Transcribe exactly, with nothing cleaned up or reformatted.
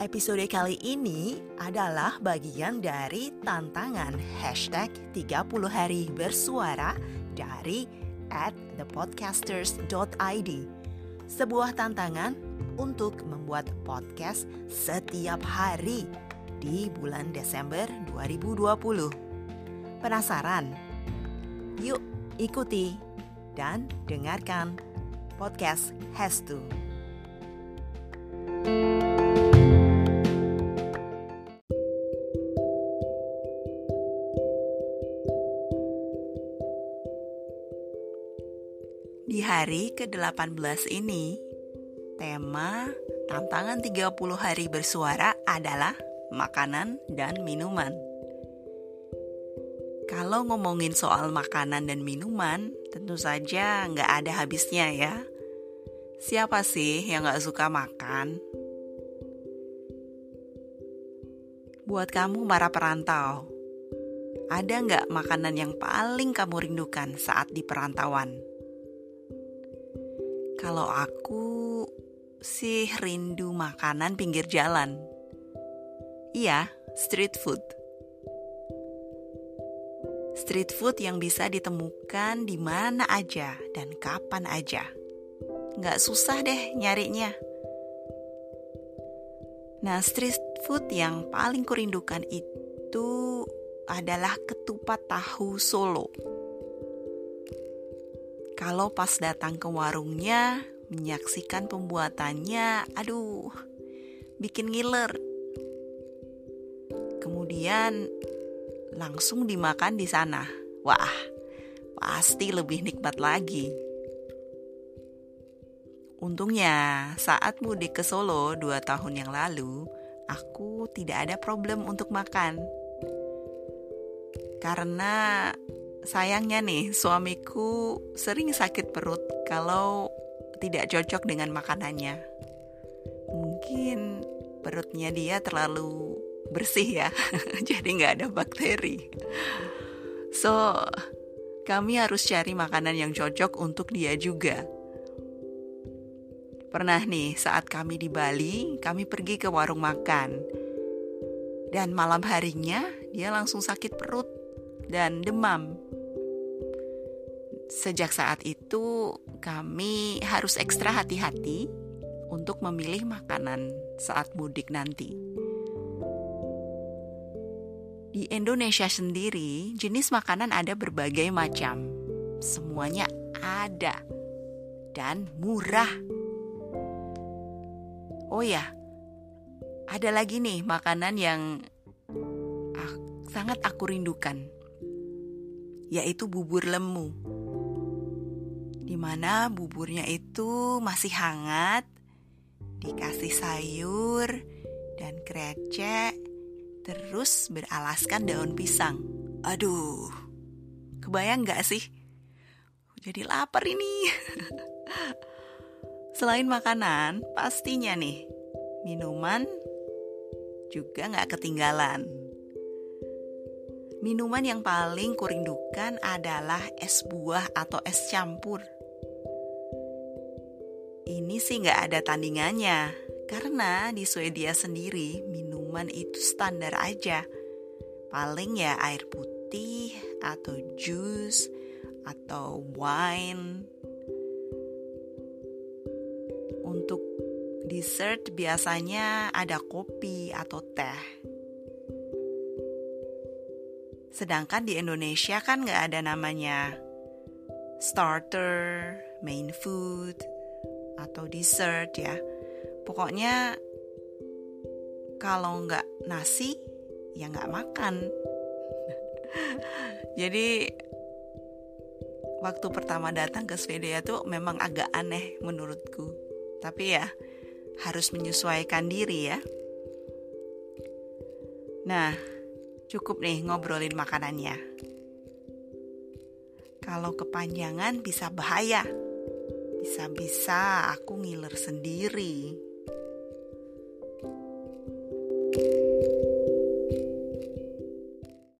Episode kali ini adalah bagian dari tantangan hashtag tiga puluh hari bersuara dari at the podcasters dot i d. Sebuah tantangan untuk membuat podcast setiap hari di bulan Desember dua ribu dua puluh. Penasaran? Yuk ikuti dan dengarkan podcast Has To. Di hari ke delapan belas ini, tema tantangan tiga puluh hari bersuara adalah makanan dan minuman. Kalau ngomongin soal makanan dan minuman, tentu saja nggak ada habisnya ya. Siapa sih yang nggak suka makan? Buat kamu para perantau, ada nggak makanan yang paling kamu rindukan saat di perantauan? Kalau aku sih rindu makanan pinggir jalan. Iya, street food. Street food yang bisa ditemukan di mana aja dan kapan aja. Nggak susah deh nyarinya. Nah, street food yang paling kurindukan itu adalah ketupat tahu Solo. Kalau pas datang ke warungnya, menyaksikan pembuatannya, aduh, bikin ngiler. Kemudian langsung dimakan di sana. Wah, pasti lebih nikmat lagi. Untungnya, saat mudik ke Solo dua tahun yang lalu, aku tidak ada problem untuk makan. Karena sayangnya nih, suamiku sering sakit perut kalau tidak cocok dengan makanannya. Mungkin perutnya dia terlalu bersih ya, jadi gak ada bakteri. So, kami harus cari makanan yang cocok untuk dia juga. Pernah nih, saat kami di Bali, kami pergi ke warung makan. Dan malam harinya, dia langsung sakit perut dan demam. Sejak saat itu, kami harus ekstra hati-hati untuk memilih makanan saat mudik nanti. Di Indonesia sendiri, jenis makanan ada berbagai macam. Semuanya ada dan murah. Oh ya, ada lagi nih makanan yang ah, sangat aku rindukan, yaitu bubur lemu. Dimana buburnya itu masih hangat, dikasih sayur dan krecek, terus beralaskan daun pisang. Aduh, kebayang gak sih? Jadi lapar ini. Selain makanan, pastinya nih, minuman juga gak ketinggalan. Minuman yang paling kurindukan adalah es buah atau es campur. Ini sih gak ada tandingannya, karena di Swedia sendiri minuman itu standar aja. Paling ya air putih atau jus atau wine. Untuk dessert biasanya ada kopi atau teh. Sedangkan di Indonesia kan gak ada namanya starter, main food, atau dessert ya. Pokoknya kalau gak nasi, ya gak makan. Jadi waktu pertama datang ke Swedia tuh memang agak aneh menurutku. Tapi ya harus menyesuaikan diri ya. Nah, cukup nih ngobrolin makanannya. Kalau kepanjangan bisa bahaya. Bisa-bisa aku ngiler sendiri.